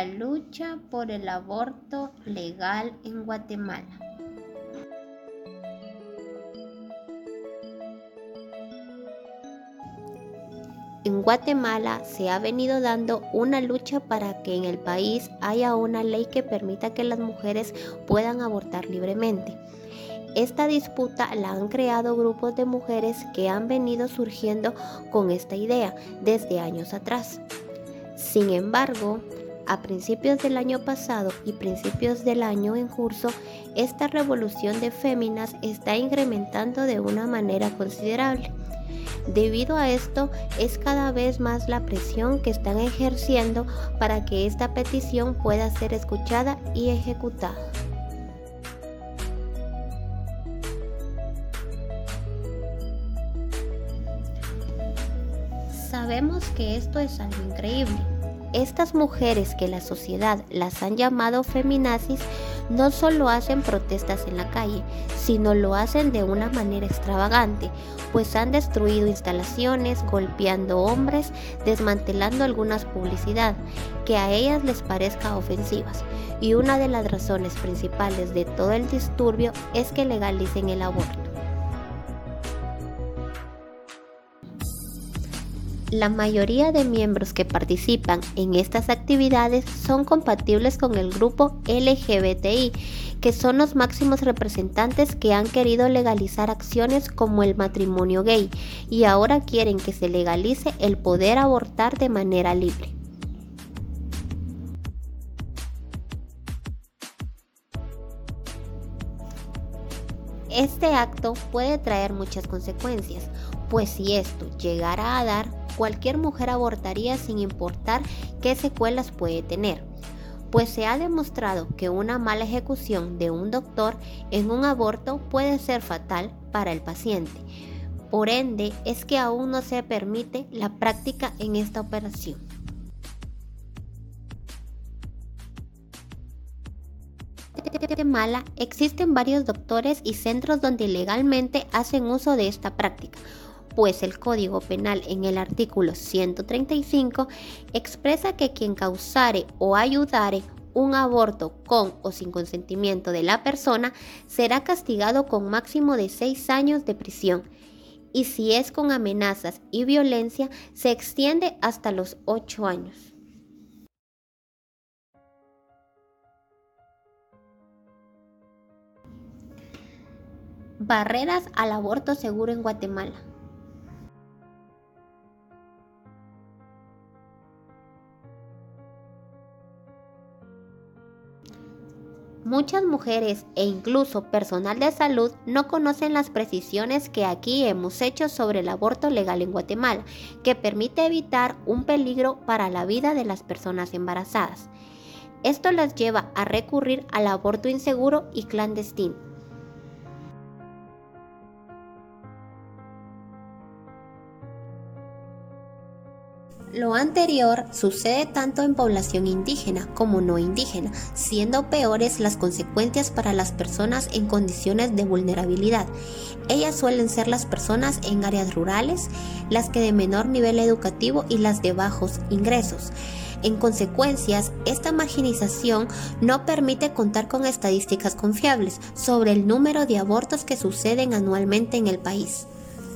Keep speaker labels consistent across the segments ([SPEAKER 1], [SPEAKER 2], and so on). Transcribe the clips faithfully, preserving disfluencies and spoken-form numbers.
[SPEAKER 1] la lucha por el aborto legal en Guatemala. En Guatemala se ha venido dando una lucha para que en el país haya una ley que permita que las mujeres puedan abortar libremente. Esta disputa la han creado grupos de mujeres que han venido surgiendo con esta idea desde años atrás. Sin embargo, a principios del año pasado y principios del año en curso, esta revolución de féminas está incrementando de una manera considerable. Debido a esto, es cada vez más la presión que están ejerciendo para que esta petición pueda ser escuchada y ejecutada. Sabemos que esto es algo increíble. Estas mujeres que la sociedad las han llamado feminazis no solo hacen protestas en la calle, sino lo hacen de una manera extravagante, pues han destruido instalaciones, golpeando hombres, desmantelando algunas publicidad que a ellas les parezca ofensivas. Y una de las razones principales de todo el disturbio es que legalicen el aborto. La mayoría de miembros que participan en estas actividades son compatibles con el grupo L G B T I, que son los máximos representantes que han querido legalizar acciones como el matrimonio gay y ahora quieren que se legalice el poder abortar de manera libre. Este acto puede traer muchas consecuencias, pues si esto llegara a dar, cualquier mujer abortaría sin importar qué secuelas puede tener, pues se ha demostrado que una mala ejecución de un doctor en un aborto puede ser fatal para el paciente. Por ende, es que aún no se permite la práctica en esta operación. En Guatemala existen varios doctores y centros donde legalmente hacen uso de esta práctica, pues el Código Penal en el artículo ciento treinta y cinco expresa que quien causare o ayudare un aborto con o sin consentimiento de la persona será castigado con máximo de seis años de prisión, y si es con amenazas y violencia se extiende hasta los ocho años. Barreras al aborto seguro en Guatemala. Muchas mujeres e incluso personal de salud no conocen las precisiones que aquí hemos hecho sobre el aborto legal en Guatemala, que permite evitar un peligro para la vida de las personas embarazadas. Esto las lleva a recurrir al aborto inseguro y clandestino. Lo anterior sucede tanto en población indígena como no indígena, siendo peores las consecuencias para las personas en condiciones de vulnerabilidad. Ellas suelen ser las personas en áreas rurales, las que de menor nivel educativo y las de bajos ingresos. En consecuencia, esta marginización no permite contar con estadísticas confiables sobre el número de abortos que suceden anualmente en el país.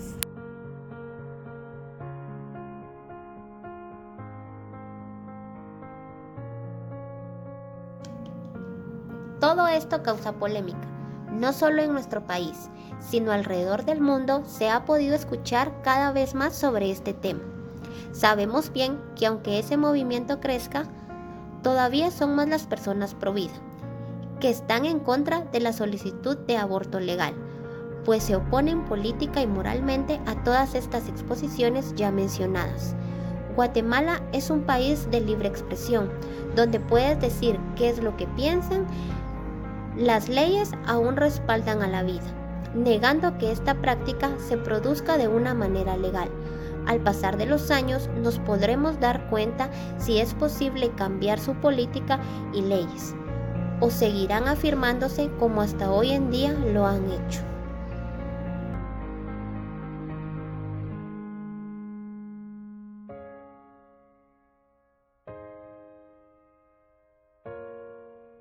[SPEAKER 1] Todo esto causa polémica, no solo en nuestro país, sino alrededor del mundo se ha podido escuchar cada vez más sobre este tema. Sabemos bien que aunque ese movimiento crezca, todavía son más las personas pro vida, que están en contra de la solicitud de aborto legal, pues se oponen política y moralmente a todas estas exposiciones ya mencionadas. Guatemala es un país de libre expresión, donde puedes decir qué es lo que piensan. Las leyes aún respaldan a la vida, negando que esta práctica se produzca de una manera legal. Al pasar de los años nos podremos dar cuenta si es posible cambiar su política y leyes, o seguirán afirmándose como hasta hoy en día lo han hecho.